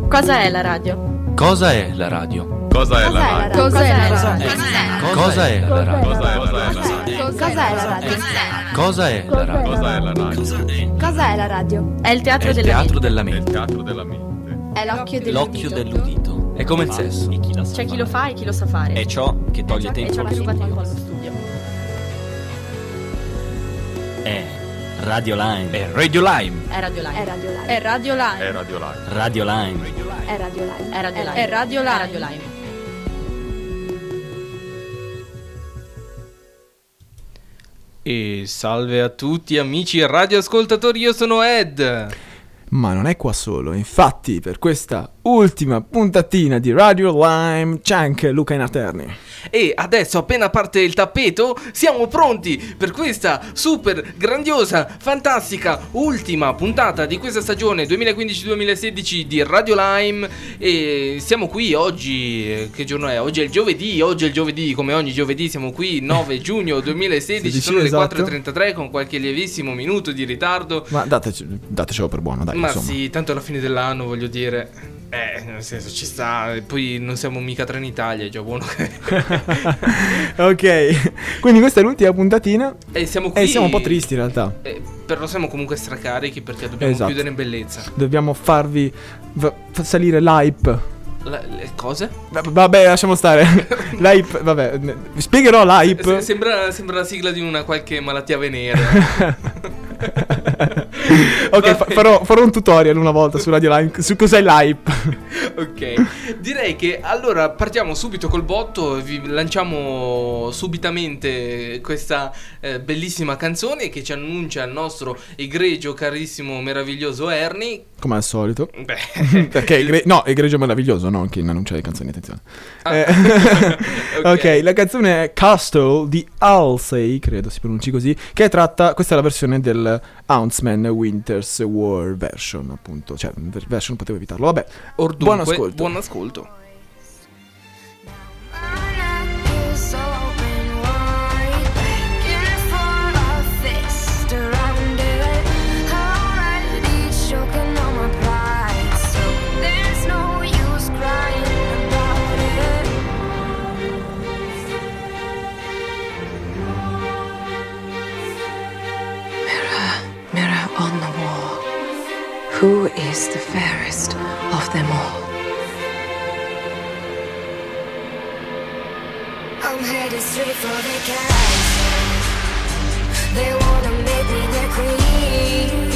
Cosa è la radio? Cosa è la radio? Cosa è la radio? Cosa è la radio? Cosa è la radio? Cosa è la radio? Cosa è la radio? Cosa è la radio? Cosa è la radio? È il È teatro il della teatro della È il mente. teatro della mente. È l'occhio L'occhio dell'udito. È come il sesso. C'è chi lo fa e chi lo sa fare. È ciò che toglie E tempo ciò allo che ruba tempo studio. allo studio. È Radio Line. È Radio Lime. È Radio Line. È Radio Line. È Radio Live. Radio Line. È Radio Line. È Radio Line. È Radio È Line. Radio Line. E salve a tutti amici radioascoltatori, io sono Ed. Ma non è qua solo, infatti per questa ultima puntatina di Radio Lime c'è anche Luca Inaterni. E adesso, appena parte il tappeto, siamo pronti per questa super grandiosa, fantastica ultima puntata di questa stagione 2015-2016 di Radio Lime. E siamo qui oggi, che giorno è? Oggi è il giovedì, come ogni giovedì siamo qui, 9 giugno 2016, sono le esatto. 4:33 con qualche lievissimo minuto di ritardo. Ma datecelo per buono, dai, Ma insomma. sì, tanto alla fine dell'anno, voglio dire. Nel senso ci sta. E poi non siamo mica Trenitalia, è già buono che... Ok, quindi questa è l'ultima puntatina E siamo qui. e siamo un po' tristi in realtà. Però siamo comunque stracarichi perché dobbiamo Esatto. chiudere in bellezza. Dobbiamo farvi salire l'hype. Le cose? Vabbè, lasciamo stare. L'hype, vabbè, vi spiegherò l'hype. Sembra la sigla di una qualche malattia venerea. Ok, farò un tutorial una volta su Radio Line su cos'è l'hype. Ok, direi che allora partiamo subito col botto e vi lanciamo subitamente questa bellissima canzone che ci annuncia il nostro egregio, carissimo, meraviglioso Ernie. Come al solito. Beh, Perché egregio meraviglioso, non che annuncia le canzoni, attenzione. Ah. Ok, la canzone è Castle di Halsey, credo si pronunci così, che è tratta, questa è la versione del Huntsman Winter's War version, appunto, cioè version potevo evitarlo, vabbè. Or dunque, Buon ascolto. buon ascolto. Mirror on the wall, who is the fairest of them all? I'm headed straight for the castle. They wanna make me their queen.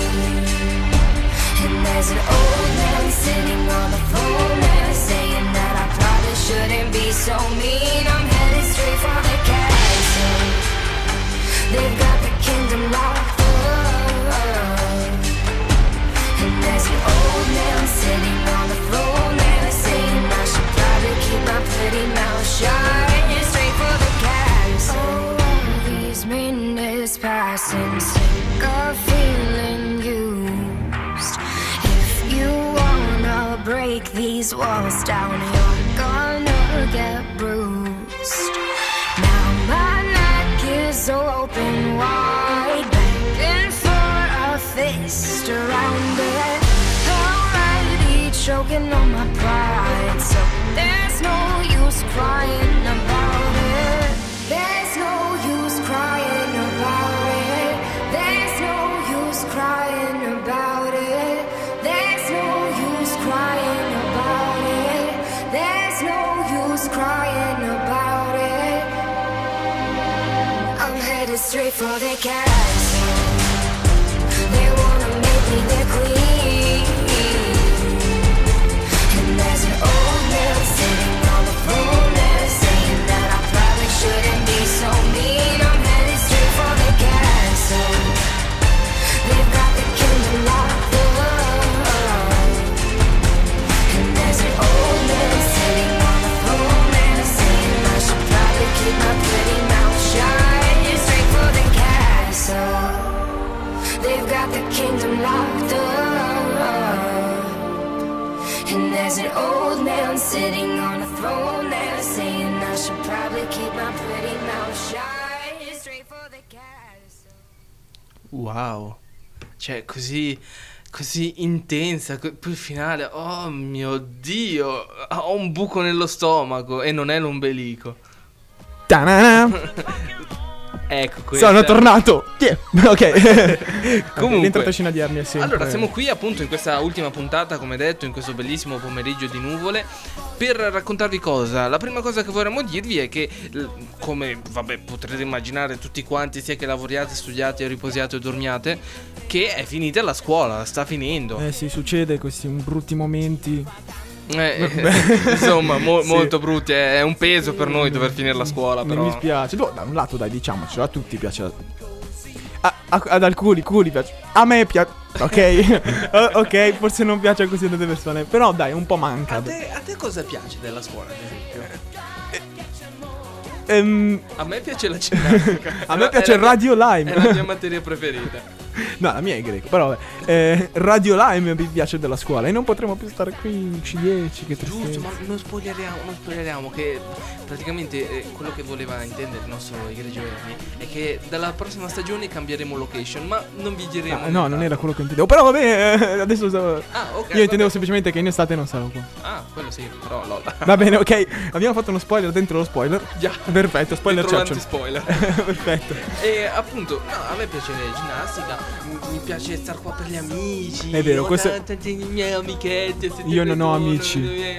And there's an old man sitting on the throne there, saying that I probably shouldn't be so mean. I'm headed straight for the castle. They've got the kingdom locked up. And there's an old man sitting on the throne there, saying I should probably keep my pretty mouth shut. Straight for the castle. Oh, all these minutes passing, sick of feeling used. If you wanna break these walls down, you're gonna get bruised. Now my neck is open wide, begging for a fist around it. Already choking on my pride, so there's no use crying about it. There's no use crying about it. There's no use crying about it. There's no use crying about it. There's no use crying about it. I'm headed straight for the castle. They wanna make me their queen. And there's an old man sitting on the throne there, saying that I probably shouldn't be so mean. I'm headed straight for the castle. They've got the kingdom locked up. And there's an old man sitting on the throne there, saying I should probably keep my pretty mouth shut. Straight for the castle. They've got the kingdom locked up. And there's an old man sitting on a throne there, saying I should probably keep my pretty mouth shut. Straight for the castle. Wow. Cioè, così così intensa, poi il finale, oh mio Dio, ho un buco nello stomaco e non è l'ombelico. Ta-na-na. Ecco questo. Sono tornato. Yeah. Ok. Comunque, l'entrata scena di Armi è sempre. allora siamo qui appunto in questa ultima puntata, come detto, in questo bellissimo pomeriggio di nuvole, per raccontarvi cosa. La prima cosa che vorremmo dirvi è che, come vabbè potrete immaginare tutti quanti, sia che lavoriate, studiate, riposiate o dormiate, che è finita la scuola, sta finendo. Sì, succede questi brutti momenti. Insomma, Sì. molto brutti. È un peso per noi dover finire la scuola, però. Non mi spiace. Da un lato, dai, diciamocelo, a tutti piace. Ad alcuni piace. A me piace. Ok. Ok, forse non piace a così tante persone. Però dai, un po' manca. A te cosa piace della scuola, ad esempio? A me piace la ginnastica. A me piace il Radio Lime. È la mia materia preferita. No, la mia è greco. Però vabbè. Radio Lime mi piace della scuola. E non potremo più stare qui in C10. Che Giusto, tristezza. ma non spoileriamo che praticamente quello che voleva intendere il nostro egregio Ernie è che dalla prossima stagione cambieremo location, ma non vi diremo. No, non era quello che intendevo. Però vabbè, adesso Ah, ok. io intendevo semplicemente che in estate non sarò qua. Ah, quello sì, però lol. Va bene, ok. Abbiamo fatto uno spoiler dentro lo spoiler. Già. Perfetto, spoiler Dentro Churchill. l'anti-spoiler. Perfetto. E appunto, no, a me piace la ginnastica, mi piace star qua per gli amici. È vero, ho questo- tanti miei amichetti. Io non ho amici.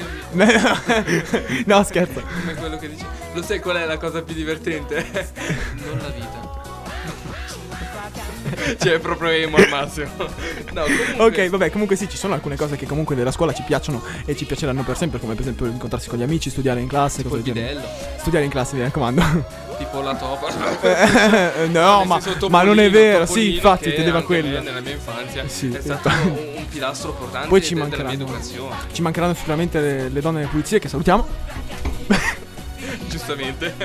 No, scherzo. Come quello che dice. Lo sai qual è la cosa più divertente? Non la vita. Cioè, proprio emo al massimo. No, comunque. Ok, vabbè, comunque sì, ci sono alcune cose che comunque della scuola ci piacciono e ci piaceranno per sempre, come per esempio incontrarsi con gli amici, studiare in classe, Tipo cose il del genere. bidello, Studiare in classe, mi raccomando. tipo la topa. No, Nel senso, ma non è vero, sì, Topolino, infatti, che teneva anche quella. me nella mia infanzia Sì, è stato esatto. un pilastro portante Poi ci della mia mancheranno. educazione. Ci mancheranno sicuramente le donne delle pulizie che salutiamo. Giustamente.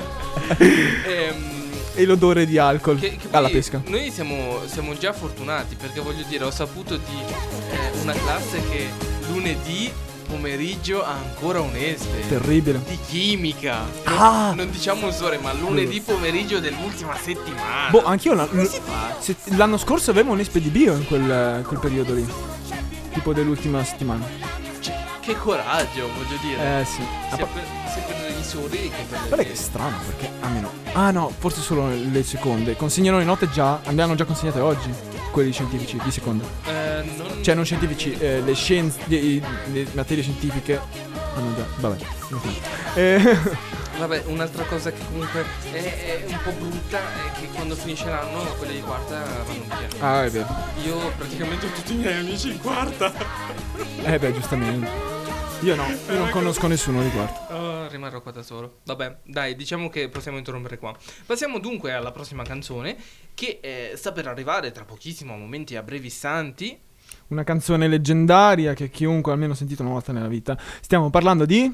E l'odore di alcol Che alla poi pesca. Noi siamo già fortunati, perché voglio dire, ho saputo di una classe che lunedì pomeriggio ha ancora un espe Terribile. di chimica. Ah! Non diciamo un sore, ma lunedì pomeriggio dell'ultima settimana. Boh, anch'io Come si fa? l'anno scorso avevo un espe di bio in quel periodo lì. Tipo dell'ultima settimana. Cioè, che coraggio, voglio dire. Sì. Sia per i soli che per le Guarda che è strano perché almeno. Ah no, forse solo le seconde. Consegnano le note già. Hanno già consegnate oggi. Quelli scientifici di seconda. non... Cioè non scientifici, le scienze. Le materie scientifiche. Hanno già. Vabbè. Vabbè, un'altra cosa che comunque è un po' brutta è che quando finisce l'anno quelli di quarta vanno via. Ah, è vero. Io praticamente ho tutti i miei amici in quarta. Beh, giustamente. Io no, io non conosco nessuno di quarto. Rimarrò qua da solo. Vabbè, dai, diciamo che possiamo interrompere qua. Passiamo dunque alla prossima canzone, che sta per arrivare tra pochissimo, a momenti a brevi istanti. Una canzone leggendaria che chiunque ha almeno sentito una volta nella vita. Stiamo parlando di?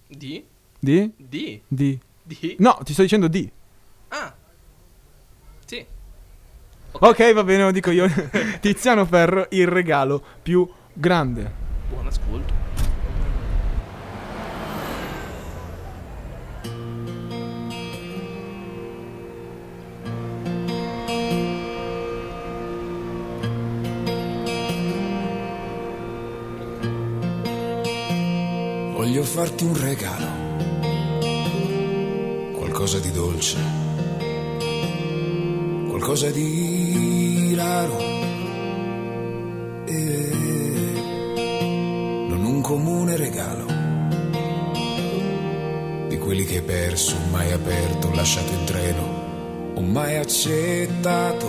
Di? No, ti sto dicendo di. Ah. Sì. Ok, va bene, lo dico io. Tiziano Ferro, il regalo più grande. Buon ascolto. Voglio farti un regalo, qualcosa di dolce, qualcosa di raro, non un comune regalo, di quelli che hai perso, mai aperto, lasciato in treno, o mai accettato,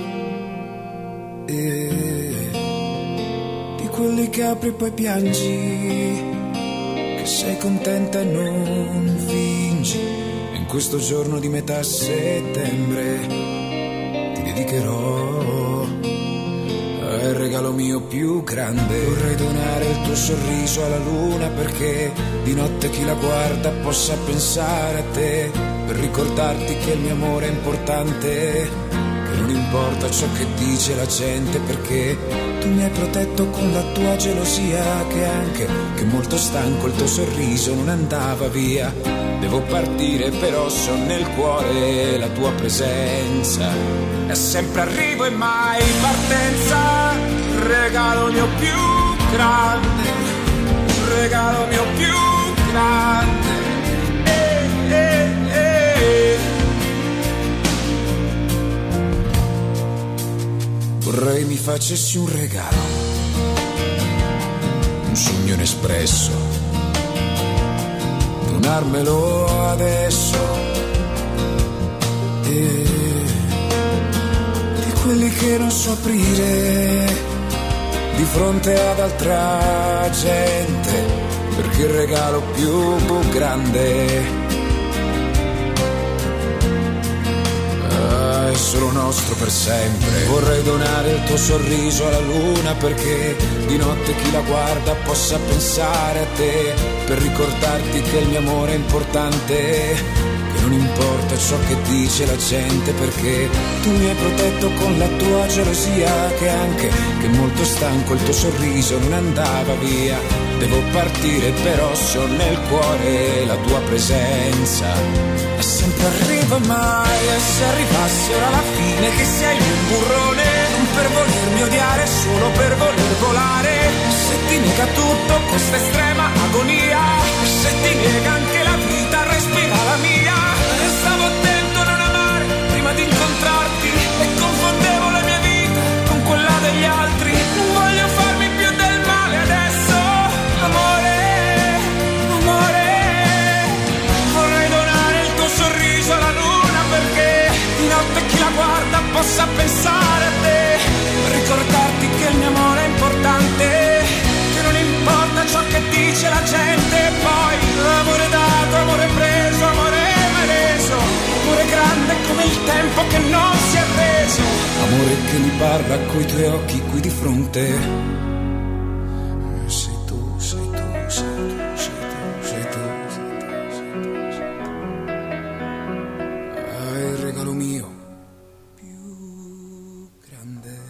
di quelli che apri e poi piangi, sei contenta e non fingi. In questo giorno di metà settembre ti dedicherò al regalo mio più grande. Vorrei donare il tuo sorriso alla luna, perché di notte chi la guarda possa pensare a te, per ricordarti che il mio amore è importante, che non importa ciò che dice la gente, perché tu mi hai protetto con la tua gelosia, che molto stanco il tuo sorriso non andava via. Devo partire però so nel cuore la tua presenza, è sempre arrivo e mai partenza. regalo mio più grande, regalo mio più grande. Vorrei mi facessi un regalo, un sogno inespresso, donarmelo adesso, e di quelli che non so aprire di fronte ad altra gente, perché il regalo più grande è solo nostro per sempre. Vorrei donare il tuo sorriso alla luna, perché di notte chi la guarda possa pensare a te, per ricordarti che il mio amore è importante, che non importa ciò che dice la gente, perché tu mi hai protetto con la tua gelosia, che anche che molto stanco il tuo sorriso non andava via. Devo partire però so nel cuore la tua presenza, e sempre arriva mai. E se arrivasse ora la fine, che sei un burrone, non per volermi odiare, solo per voler volare. Se ti nega tutto questa estrema agonia, se ti nega anche la vita, respira la mia. E stavo attento a non amare prima di incontrarti, e confondevo la mia vita con quella degli altri. Non voglio farmi più del male adesso, amore, amore. Vorrei donare il tuo sorriso alla luna, perché di notte chi la guarda possa pensare a te, ricordarti che il mio amore è importante, che non importa ciò che dice la gente. Poi amore dato, amore preso, amore mai reso, amore grande come il tempo che non si è reso, amore che mi parla coi tuoi occhi qui di fronte. Sei tu, sei tu, sei tu, sei tu, sei tu, sei tu, sei tu. Ah, il regalo mio più grande.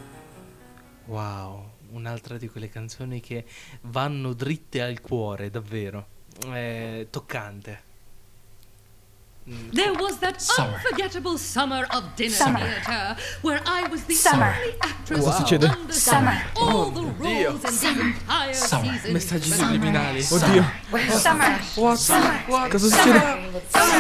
Wow, un'altra di quelle canzoni che vanno dritte al cuore, davvero. Toccante. There was that unforgettable summer of dinner theater where I was the only actress Cosa succede? understanding all the roles in the entire season. Messaggi subliminali. Oddio. Summer. Cosa succede?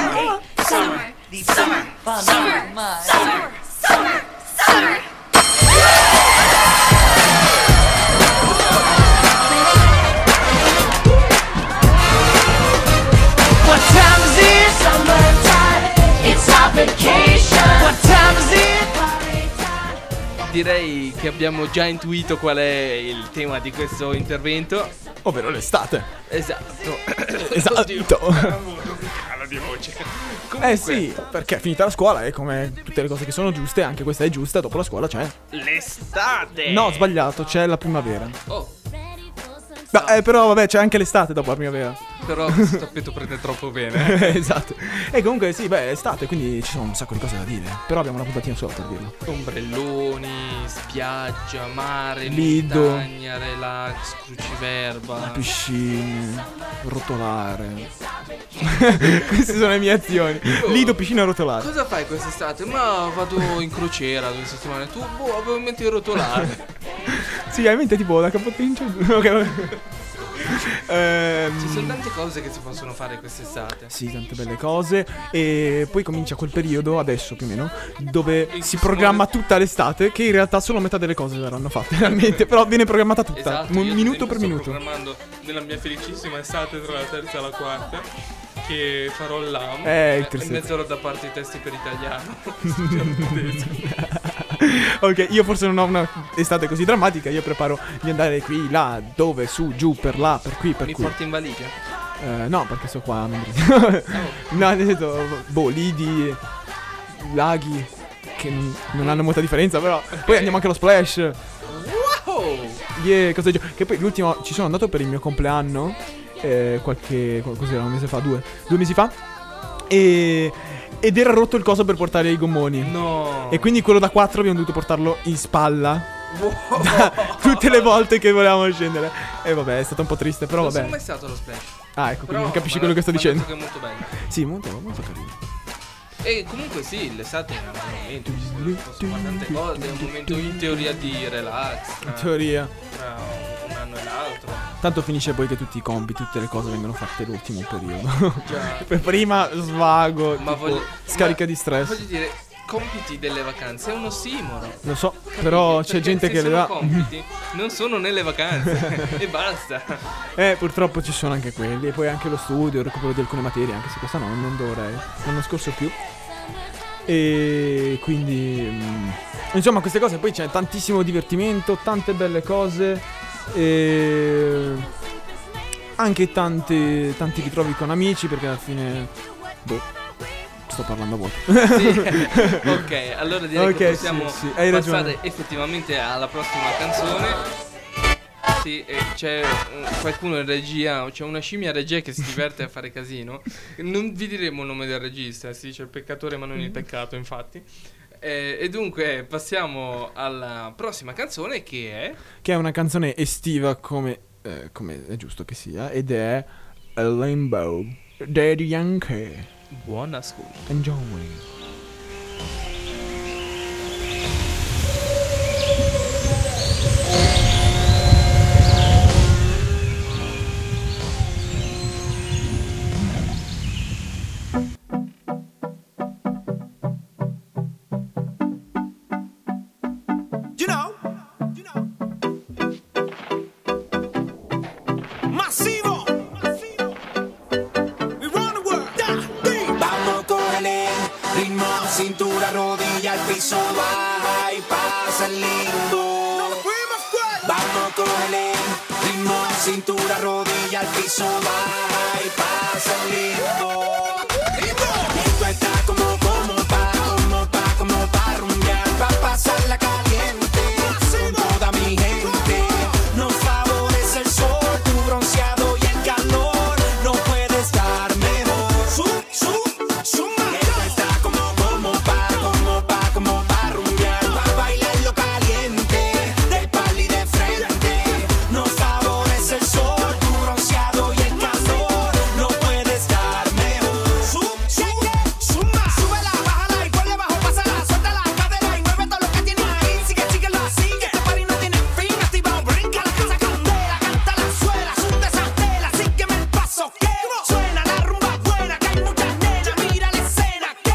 What time is it? Summertime. It's our vacation. What time is it? Direi che abbiamo già intuito qual è il tema di questo intervento. Ovvero l'estate. Esatto. Esatto. Cala di voce. Comunque, Sì, perché finita la scuola e come tutte le cose che sono giuste, anche questa è giusta, dopo la scuola c'è. l'estate. No, sbagliato, c'è la primavera. Oh, No, però vabbè, c'è anche l'estate dopo la primavera. però questo tappeto prende troppo bene. Esatto. E comunque sì, beh, è estate, quindi ci sono un sacco di cose da dire. Però abbiamo una puntatina sola per dirlo. Ombrelloni, spiaggia, mare, Lido. montagna, relax, cruciverba. Piscine, rotolare. Queste sono le mie azioni. Lido, piscina, rotolare. Cosa fai quest'estate? Ma vado in crociera 2 settimane. Tu, avevo in mente di rotolare. Sì, hai in mente tipo la Capodincia. Ok, vabbè. Ci sono tante cose che si possono fare quest'estate. Sì, tante belle cose. E poi comincia quel periodo, adesso più o meno, dove si programma tutta l'estate, che in realtà solo metà delle cose verranno fatte realmente. Però viene programmata tutta, Esatto, io minuto per sto minuto. programmando nella mia felicissima estate tra la terza e la quarta, che farò l'AM il e terzetto. metterò da parte i testi per italiano. Ok, io forse non ho una estate così drammatica. Io preparo di andare qui, là, dove, su, giù, per là, per qui, per Mi qui. porti in valigia? No, perché sto qua a Mendrisio. No, nel senso, lidi, laghi, che non hanno molta differenza, però. Poi andiamo anche allo splash. Wow! Yeah, cosa gio- Che poi l'ultimo ci sono andato per il mio compleanno. Cos'era, un mese fa? Due mesi fa. Ed era rotto il coso per portare i gommoni. No! E quindi quello da 4 abbiamo dovuto portarlo in spalla. Tutte le volte che volevamo scendere. E vabbè, è stato un po' triste, però Non vabbè. sono mai stato allo splash. Ah, ecco, Però quindi capisci m'hanno quello che sto detto dicendo. che è molto bello. Sì, molto, molto carino. E comunque sì, l'estate è un momento, posso fare tante cose, è un momento in teoria di relax. In teoria. Tra un anno e l'altro. Tanto finisce poi che tutti i compiti, tutte le cose vengono fatte l'ultimo periodo. Già. Per prima svago, Ma tipo, scarica di stress. Voglio dire, compiti delle vacanze è un ossimoro. Lo so, Capito? però c'è Perché gente se che le sono dà. compiti non sono nelle vacanze e basta. Purtroppo ci sono anche quelli. E poi anche lo studio, il recupero di alcune materie, anche se quest'anno non dovrei. L'anno scorso più. E quindi insomma, queste cose, poi c'è tantissimo divertimento, tante belle cose e anche tanti ritrovi con amici, perché alla fine sto parlando a vuoto. Sì. Ok, allora direi che possiamo sì, hai passare ragione. effettivamente alla prossima canzone. Sì, c'è qualcuno in regia, c'è una scimmia regia che si diverte a fare casino. Non vi diremo il nome del regista, si dice il peccatore ma non il peccato, infatti. E dunque passiamo alla prossima canzone che è una canzone estiva come è giusto che sia, ed è Limbo, Daddy Yankee. Buon ascolto. Enjoy. Masivo. We run the world. Vamos con el ritmo, cintura, rodilla, al piso, baja y pasa el limbo. Vamos con el ritmo, cintura, rodilla, al piso, baja y pasa el limbo. Esto está como pa rumbear, pa pasarla caliente con toda mi gente. Nos favorece el sol, tu bronceado y el calor. No puede estar mejor. Esto está como pa rumbear, pa bailarlo caliente, de pal y de frente. Nos favorece el sol, tu bronceado y el calor. No puede estar mejor. Súbela, bájala y ponle bajo, pásala, suelta la cadera y mueve todo lo que tienes ahí. Síguelo así, que este party no tiene fin. Activa, brinca la casa candela, canta la suela, sunde esa tela, sígueme el paso que suena la rumba buena, que hay muchas nenas, mira la escena que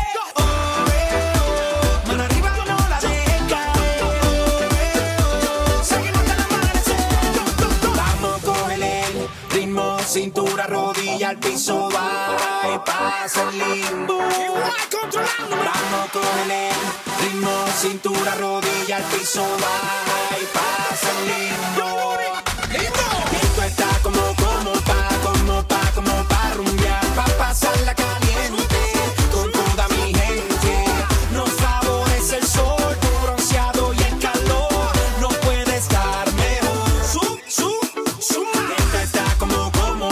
mano arriba no la dejes caer, seguimos hasta el amanecer. Vamos, cógele el ritmo, cintura, rodilla, al piso, baja y pasa el limbo. Vamos, cógele el ritmo, cintura, rodilla, al piso, baja y pasa el limbo. Esto está como pa rumbear, pa pasarla caliente con toda mi gente. Nos favorece el sol, tu bronceado y el calor. No puede estar mejor. Esto está como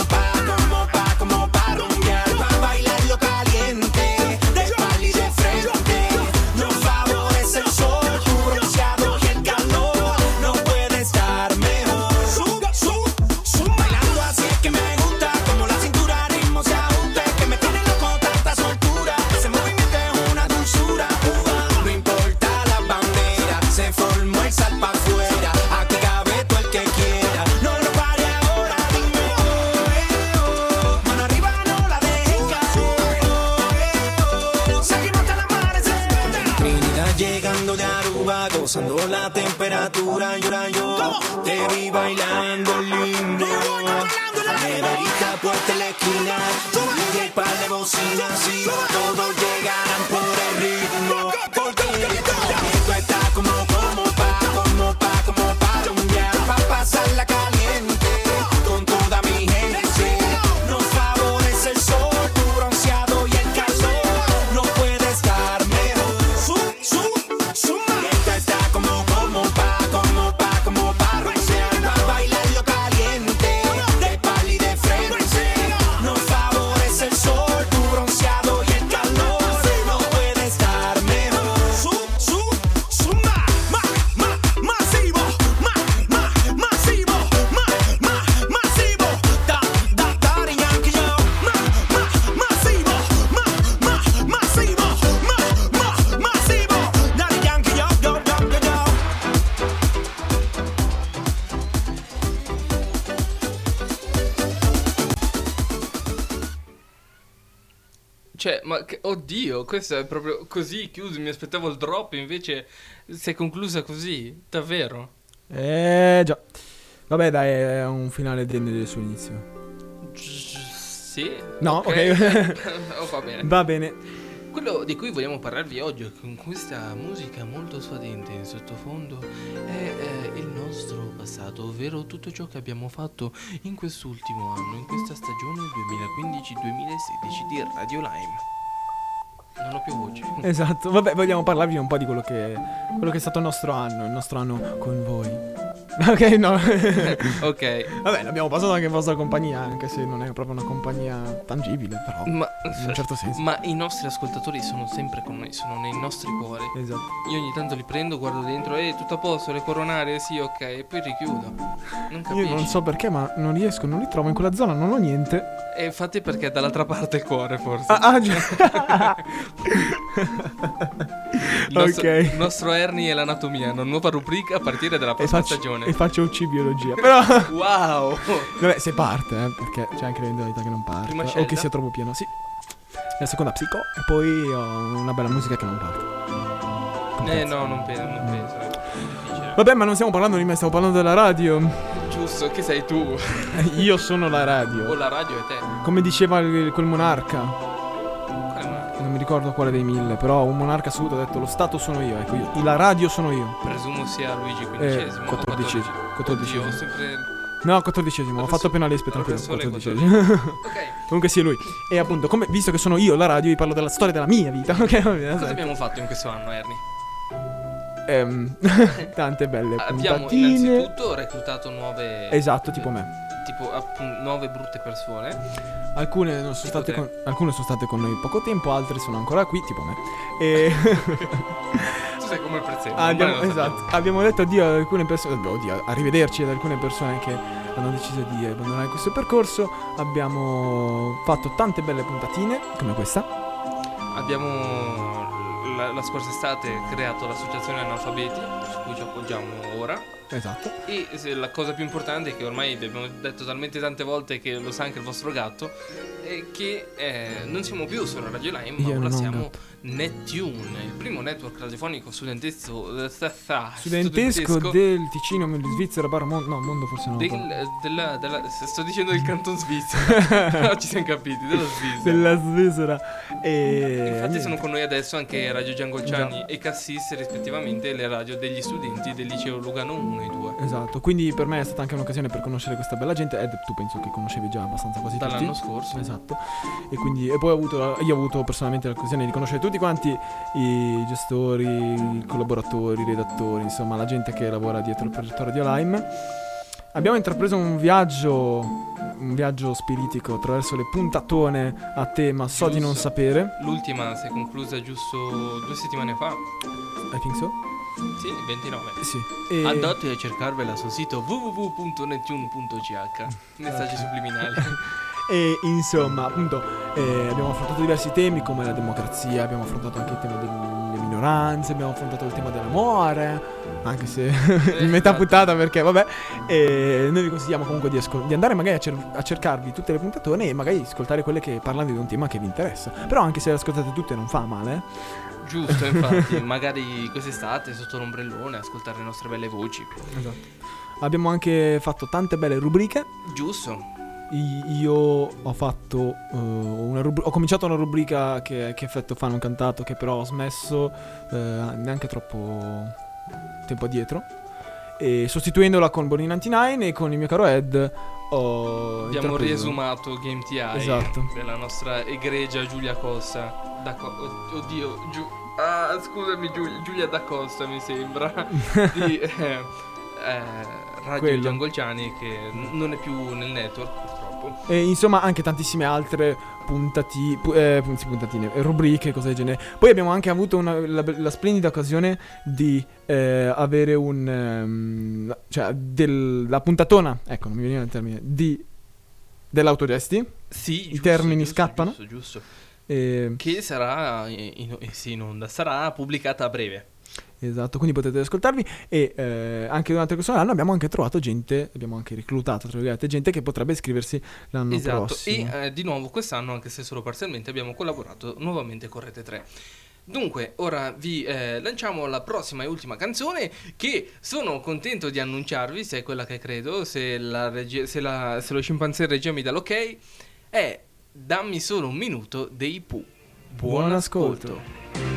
pa rumbear, pa bailarlo caliente, de pal y de frente. Nos favorece el sol, tu bronceado y el calor. No puede estar mejor. Bailando así es que me gusta, como la cintura ritmo se ajusta, que me tiene loco tanta soltura. Ese movimiento es una dulzura. No importa la bandera, se formó el sal pa' afuera. Aquí cabe todo el que quiera. No lo pare ahora, dime mano arriba no la dejes caer. Seguimos hasta el amanecer. Trinidad llegando de Aruba, gozando la temperatura. Yo te vi bailando el limbo. La neverita puesta en la esquina, y el par de bocinas, y todos llegarán por el ritmo. Porque esto está como pa rumbear, pa pasarla caliente con toda mi gente. Nos favorece el sol, tu bronceado y el calor. No puede estar mejor. Esto está como pa rumbear, pa bailarlo caliente, de pal y de frente. Nos favorece el sol, tu bronceado Cioè, oddio, questo è proprio così chiuso. Mi aspettavo il drop, invece si è conclusa così, davvero. Già. Vabbè, dai, è un finale degno del suo inizio. Sì. No, ok. Oh, va bene. Va bene. Quello di cui vogliamo parlarvi oggi con questa musica molto suadente in sottofondo è il nostro passato, ovvero tutto ciò che abbiamo fatto in quest'ultimo anno, in questa stagione 2015-2016 di Radio Lime. Non ho più voce. Esatto, vabbè, vogliamo parlarvi un po' di quello che è stato il nostro anno con voi. Ok, no. Ok. Vabbè, l'abbiamo passato anche in vostra compagnia, anche se non è proprio una compagnia tangibile, però in un certo senso. Ma i nostri ascoltatori sono sempre con noi, sono nei nostri cuori. Esatto. Io ogni tanto li prendo, guardo dentro, tutto a posto, le coronarie, sì, ok, e poi richiudo. Non capisci? Io non so perché, ma non riesco, non li trovo in quella zona, non ho niente. E infatti perché è dall'altra parte il cuore, forse. Già. Il nostro Ernie e l'anatomia, una nuova rubrica a partire dalla prossima stagione. E faccio UC biologia. Però wow. Vabbè, se parte, perché c'è anche l'eventualità che non parte. Prima O scelta? che sia troppo pieno, sì. La seconda psico e poi ho una bella musica che non parte. No, non penso. È difficile. Vabbè, ma non stiamo parlando di me, stiamo parlando della radio. Giusto, che sei tu? Io sono la radio. O la radio è te. Come diceva quel monarca. Quale monarca? Non mi ricordo quale dei 1000, però un monarca assoluto ha detto: lo Stato sono io, ecco, la radio sono io. Presumo sia Luigi XV. 14. Io sempre... No, 14esimo, ho fatto appena l'Espe, tranquillo. 14esimo. Ok. Comunque sì, è lui. E appunto, visto che sono io la radio, vi parlo della storia della mia vita. Ok, va bene. Cosa abbiamo fatto in questo anno, Ernie? Tante belle Abbiamo puntatine. innanzitutto reclutato nuove... Esatto, tipo me. Tipo appunto 9 brutte persone. Alcune sono state con noi poco tempo, altre sono ancora qui, tipo me. E Tu sei come il prezzemolo. Esatto. Abbiamo detto addio ad alcune persone, arrivederci ad alcune persone che hanno deciso di abbandonare questo percorso. Abbiamo fatto tante belle puntatine, come questa. Abbiamo la scorsa estate creato l'associazione analfabeti, su cui ci appoggiamo ora. Esatto. E la cosa più importante è che ormai vi abbiamo detto talmente tante volte che lo sa anche il vostro gatto, è che non siamo più solo Radio Lime, ma ora siamo NetTune, il primo network radiofonico studentesco del Ticino, Svizzera, mondo forse no. Sto dicendo il canton svizzero. No, ci siamo capiti, della Svizzera. Della Svizzera. E infatti sono con noi adesso anche Radio Giangolciani e Cassis, rispettivamente le radio degli studenti del liceo Lugano 1 e 2. Esatto, quindi per me è stata anche un'occasione per conoscere questa bella gente. Ed tu penso che conoscevi già abbastanza quasi tutti dall'anno scorso. Esatto. E poi io ho avuto personalmente l'occasione di conoscere tutti quanti i gestori, i collaboratori, i redattori, insomma la gente che lavora dietro il progetto Radio Lime. Abbiamo intrapreso un viaggio spiritico attraverso le puntatone a tema So di non sapere. L'ultima si è conclusa giusto 2 settimane fa. I think so. Sì, il 29. Sì. E... andate a cercarvela sul sito www.netune.ch. Messaggi subliminali. E insomma, appunto, abbiamo affrontato diversi temi come la democrazia, abbiamo affrontato anche il tema delle minoranze, abbiamo affrontato il tema dell'amore, anche se in metà puntata perché vabbè. E noi vi consigliamo comunque di andare magari a cercarvi tutte le puntatone e magari ascoltare quelle che parlano di un tema che vi interessa. Però anche se le ascoltate tutte non fa male. Giusto, infatti, magari quest'estate sotto l'ombrellone ascoltare le nostre belle voci. Esatto. Abbiamo anche fatto tante belle rubriche. Giusto. Io ho fatto ho cominciato una rubrica che effetto fa non cantato, che però ho smesso neanche troppo tempo addietro, e sostituendola con Bonnie 99 e con il mio caro Ed abbiamo riesumato Game TI, esatto, della nostra egregia Giulia Costa scusami Giulia da Costa mi sembra di Radio Giangolciani, che non è più nel network purtroppo. E insomma anche tantissime altre puntatine, rubriche, cose del genere. Poi abbiamo anche avuto la splendida occasione di avere la puntatona, ecco non mi veniva il termine, dell'autogesti. Sì, i termini scappano. Giusto. Che sarà in onda, sarà pubblicata a breve. Esatto, quindi potete ascoltarvi. E anche durante questo anno abbiamo anche trovato gente, abbiamo anche reclutato, tra virgolette, gente che potrebbe iscriversi l'anno prossimo. E di nuovo quest'anno, anche se solo parzialmente, abbiamo collaborato nuovamente con Rete 3. Dunque, ora vi lanciamo la prossima e ultima canzone, che sono contento di annunciarvi, se è quella che credo, se lo scimpanzé regia mi dà l'ok, è Dammi solo un minuto dei Pooh. Buon ascolto.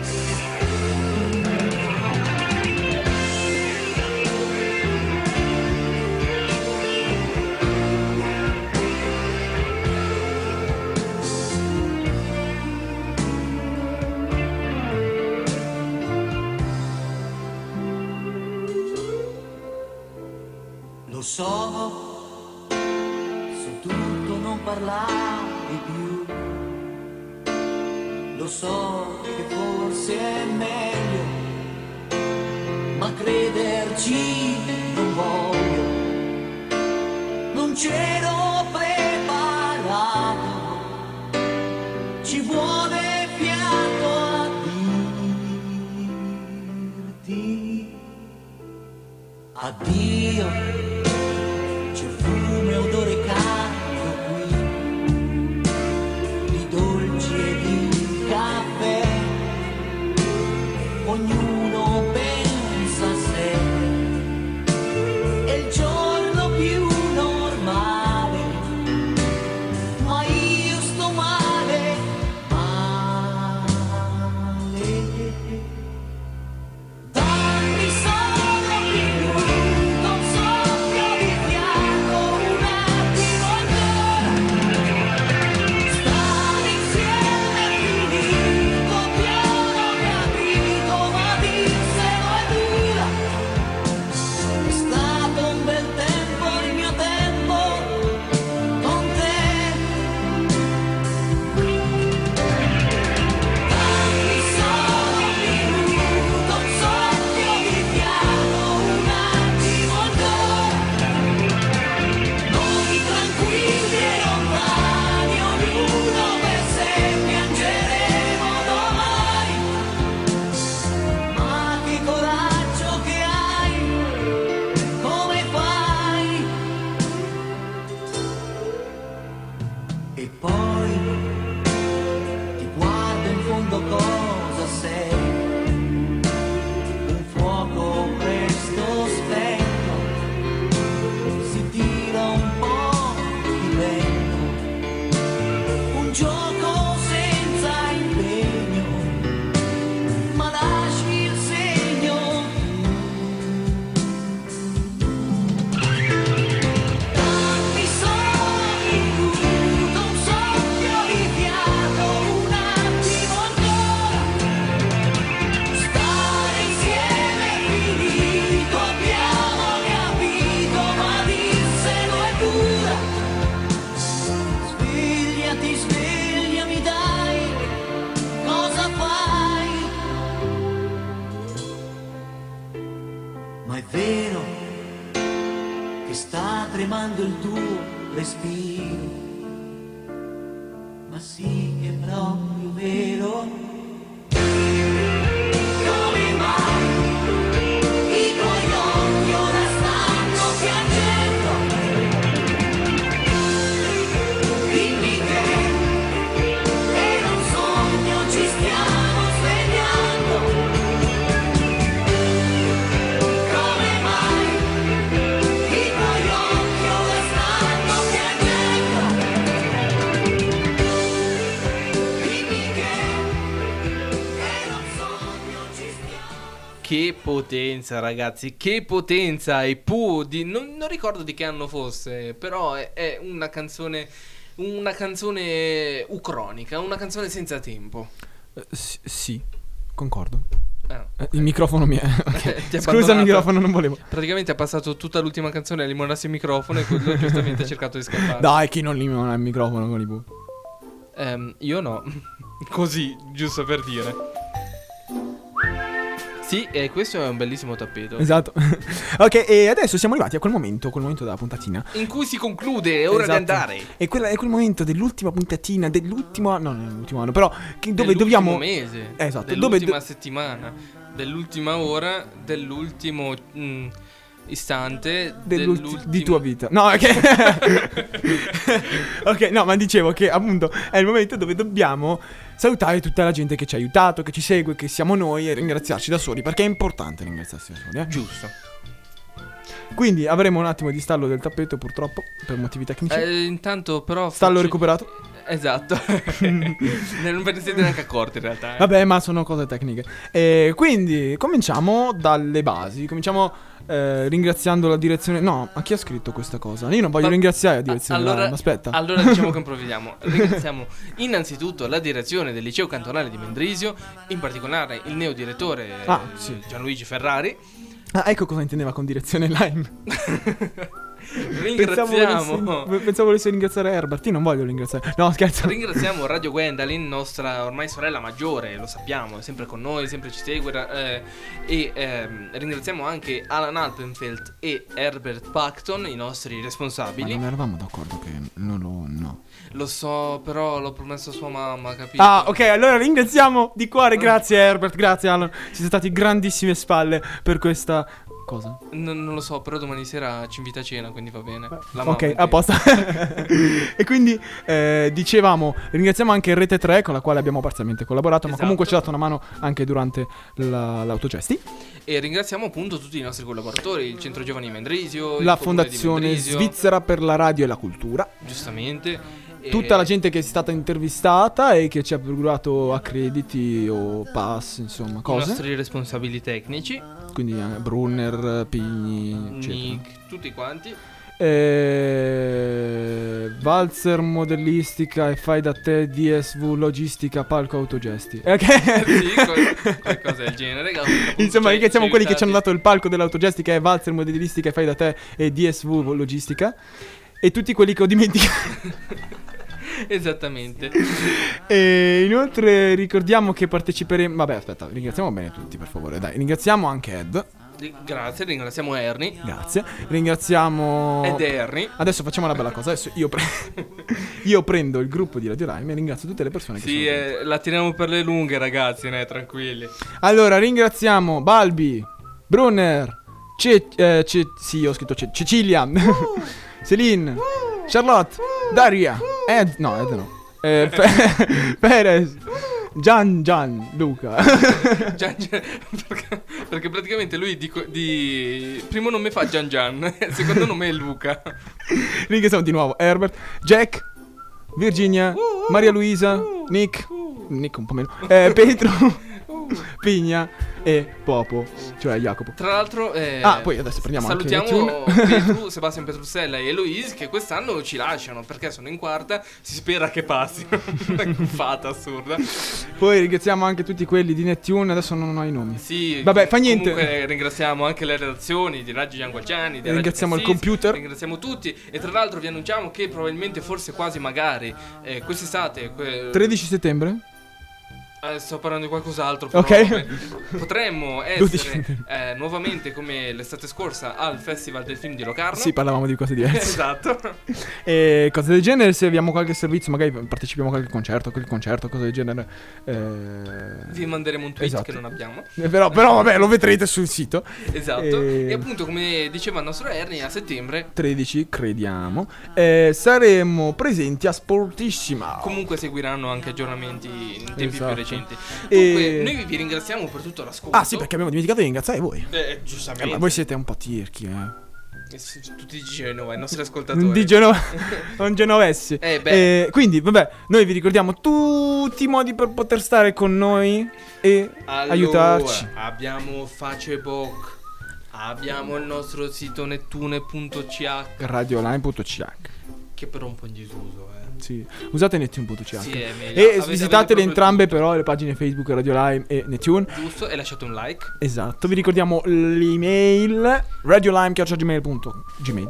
Lo so tutto non parlarti più. Lo so che forse è meglio, ma crederci non voglio. Non c'ero preparato, ci vuole fiato a dirti addio. C'è fumo e odore caldo qui, di dolci e di caffè. Ognuno pensa a sé, è il giorno più normale, ma io sto male, male. Dammi solo un minuto, un soffio di fiato, un attimo ancora. Stare insieme finito, piano capito, ma dirselo è dura. È stato un bel tempo il mio tempo con te. Dammi solo un minuto, un soffio di fiato, un attimo ancora. Noi tranquilli e lontani, ognuno per sé, piangeremo domani. Ma che coraggio che hai, come fai? E poi ti guardo in fondo, cosa sei? Un fuoco presto spento, si tira un po' di vento, un gioco senza impegno, ma lasci il segno. Dammi solo un minuto, un soffio di fiato, un attimo ancora. Stare insieme è finito, abbiamo capito, ma dirselo è dura. Svegliati, svegliami dai, cosa fai? Ma è vero che sta tremando il tuo respiro, ma sì che è proprio vero. Come mai i tuoi occhi ora stanno piangendo? Dimmi che era un sogno, ci stiamo svegliando. Come mai i tuoi occhi ora stanno piangendo? Dimmi che era un sogno, ci stiamo. Che potenza, ragazzi, che potenza! E Pooh non ricordo di che anno fosse, però è una canzone ucronica, una canzone senza tempo. Sì, concordo. Ah, Il microfono mi è... Ti ha Scusa, il abbandonato. microfono non volevo. Praticamente ha passato tutta l'ultima canzone a limonarsi il microfono e quello giustamente ha cercato di scappare. Dai, chi non limona il microfono con i Pooh? Io no. Così, giusto per dire. Sì, e questo è un bellissimo tappeto. Esatto. Ok, e adesso siamo arrivati a quel momento della puntatina. In cui si conclude, è ora Esatto. di andare. E è quel momento dell'ultima puntatina, dell'ultimo... No, non è l'ultimo anno, però... dove Dell'ultimo dobbiamo... mese. Esatto. Dell'ultima settimana. Dell'ultima ora. Dell'ultimo istante. di tua vita. No, ok. Ok, no, ma dicevo che appunto è il momento dove dobbiamo salutare tutta la gente che ci ha aiutato, che ci segue, che siamo noi, e ringraziarci da soli, perché è importante ringraziarsi da soli, Giusto. Quindi avremo un attimo di stallo del tappeto, purtroppo, per motivi tecnici. Intanto però Stallo recuperato. Esatto. Non ve ne siete neanche accorti in realtà. Vabbè, ma sono cose tecniche. Quindi cominciamo dalle basi. Cominciamo ringraziando la direzione. No, a chi ha scritto questa cosa? Io non voglio ringraziare la direzione. Allora, aspetta. Allora diciamo che improvvisiamo. Ringraziamo innanzitutto la direzione del liceo cantonale di Mendrisio, in particolare il neodirettore sì. Gianluigi Ferrari. Ah, ecco cosa intendeva con direzione Lime. Ringraziamo. Pensavo volessi ringraziare Herbert. Io non voglio ringraziare. No, scherzo. Ringraziamo Radio Gwendalyn, nostra ormai sorella maggiore, lo sappiamo, è sempre con noi, sempre ci segue. Ringraziamo anche Alan Alpenfeld e Herbert Pacton, i nostri responsabili. Ma non eravamo d'accordo che no. Lo so, però l'ho promesso a sua mamma, capito? Ah, ok, allora ringraziamo di cuore. Grazie Herbert, grazie Alan. Siete stati grandissime spalle per questa cosa. Non lo so, però domani sera ci invita a cena, quindi va bene. La mamma Ok, intende. a posto. E quindi dicevamo, ringraziamo anche Rete 3 con la quale abbiamo parzialmente collaborato, Esatto. ma comunque ci ha dato una mano anche durante l'autogesti. E ringraziamo appunto tutti i nostri collaboratori, il Centro Giovani di Mendrisio, il La Comune di Fondazione Mendrisio, Svizzera per la Radio e la Cultura. giustamente. Tutta la gente che è stata intervistata e che ci ha procurato accrediti o pass, insomma, I cose. nostri responsabili tecnici, Quindi Brunner, Pigni, eccetera. Nick, tutti quanti. Valzer modellistica e fai da te, DSV logistica, palco autogesti. Ok. Sì, qualcosa del genere. Insomma, Cioè, ringraziamo ci quelli che ci hanno aiutate. dato il palco dell'autogestica e Valzer modellistica e fai da te e DSV logistica. E tutti quelli che ho dimenticato. Esattamente. E inoltre ricordiamo che parteciperemo. Vabbè, aspetta, ringraziamo bene tutti, per favore. Dai, ringraziamo anche Ed. Grazie, ringraziamo Ernie. Grazie. Ringraziamo. Ed Ernie. Adesso facciamo una bella cosa. Adesso io prendo il gruppo di Radio Lime e ringrazio tutte le persone che Sì, sono venute. la tiriamo per le lunghe, ragazzi, tranquilli. Allora, ringraziamo Balbi, Brunner, sì, ho scritto Cecilia, Celine, Charlotte, Daria, Ed no, Perez, Gian, Luca. Perché praticamente lui primo nome fa Gian, secondo nome è Luca. Ringraziamo di nuovo Herbert, Jack, Virginia, Maria Luisa, Nick un po' meno, Petro, Pigna e Popo, cioè Jacopo. Tra l'altro poi adesso prendiamo salutiamo anche Petru, Sebastian Petrussella e Eloise, che quest'anno ci lasciano perché sono in quarta. Si spera che passi. Una fata assurda. Poi ringraziamo anche tutti quelli di Neptune. Adesso non ho i nomi. Sì, vabbè, fa niente. Comunque ringraziamo anche le redazioni di Raggi Giangualciani, di ringraziamo Radio il Cassis, computer. ringraziamo tutti. E tra l'altro vi annunciamo che probabilmente, forse quasi magari, quest'estate 13 settembre. Sto parlando di qualcos'altro, però Ok. potremmo 12 essere nuovamente, come l'estate scorsa, al Festival del Film di Locarno. Sì, parlavamo di cose diverse. Esatto. E cose del genere. Se abbiamo qualche servizio, magari partecipiamo a qualche concerto, cose del genere. Vi manderemo un tweet esatto. che non abbiamo. Però vabbè, lo vedrete sul sito. Esatto. E appunto, come diceva il nostro Ernie, a settembre 13, crediamo, saremo presenti a Sportissima. comunque seguiranno anche aggiornamenti in tempi Esatto. più recenti. Dunque, E- noi vi ringraziamo per tutto l'ascolto. Ah sì, perché abbiamo dimenticato di ringraziare voi. Giustamente. Ma voi siete un po' tirchi, tutti di Genova, i nostri ascoltatori. Non genovessi. beh. Quindi, vabbè, noi vi ricordiamo tutti i modi per poter stare con noi e Allora, aiutarci. abbiamo Facebook, abbiamo il nostro sito nettune.ch, Radioline.ch. che però è un po' in disuso, Sì, usate Nettune.ch. Sì, è meglio. E Avete visitatele proprio entrambe tutto. però le pagine Facebook Radio Lime e Nettune. Giusto, e lasciate un like. Esatto, vi ricordiamo l'email radiolime@gmail.com.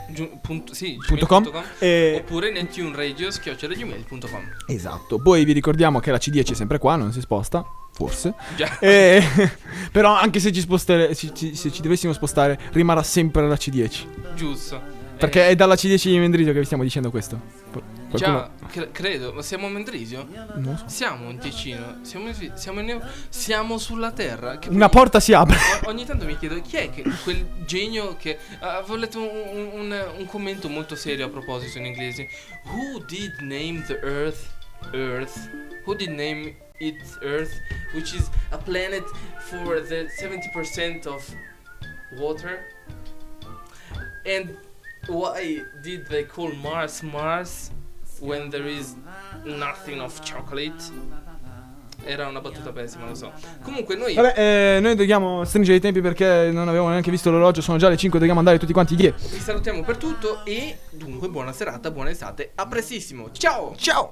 .com. Oppure nettuneradio@gmail.com. Esatto. Poi vi ricordiamo che la C10 è sempre qua, non si sposta. Forse. Già. Però anche se se ci dovessimo spostare, rimarrà sempre la C10. Giusto. Perché è dalla C10 di Mendrisio che vi stiamo dicendo questo. Già, credo. Ma siamo a Mendrisio? Non so. Siamo in Ticino. Siamo sulla terra. Che Una porta si apre. Ogni tanto mi chiedo chi è quel genio che avevo letto un commento molto serio a proposito in inglese. Who did name the Earth? Who did name it Earth, which is a planet for the 70% of water? And why did they call Mars when there is nothing of chocolate? Era una battuta pessima, lo so. Comunque noi noi dobbiamo stringere i tempi perché non avevamo neanche visto l'orologio. Sono già le 5, dobbiamo andare tutti quanti via. vi salutiamo per tutto e dunque buona serata, buona estate, a prestissimo. Ciao! Ciao!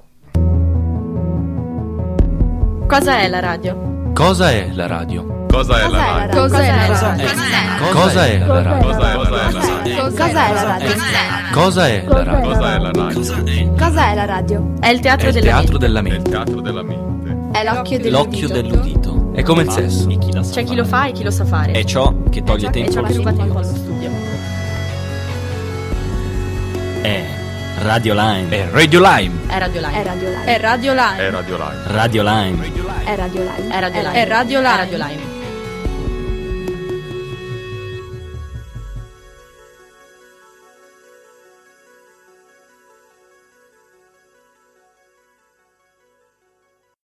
Cosa è la radio? Cosa è la radio? Cosa è la radio? Cosa è la radio? Cosa è la radio? Cosa è la radio? Cosa è la radio? Cosa è la radio? Cosa è la radio? Cosa è la radio? È il È teatro il della teatro mente. della È il mente. teatro della mente. È l'occhio L'occhio dell'udito. È come il sesso. E chi la sa C'è chi lo fare. fa e chi lo sa fare. È ciò che toglie E tempo ciò allo che ruba studio. tempo allo studio. È Radio Line. È Radio Lime. È Radio Line. È Radio Line. È Radio Line. È Radio Line. Radio Line. È Radio Line. È Radio Line. È Radio Line. È Radio Line.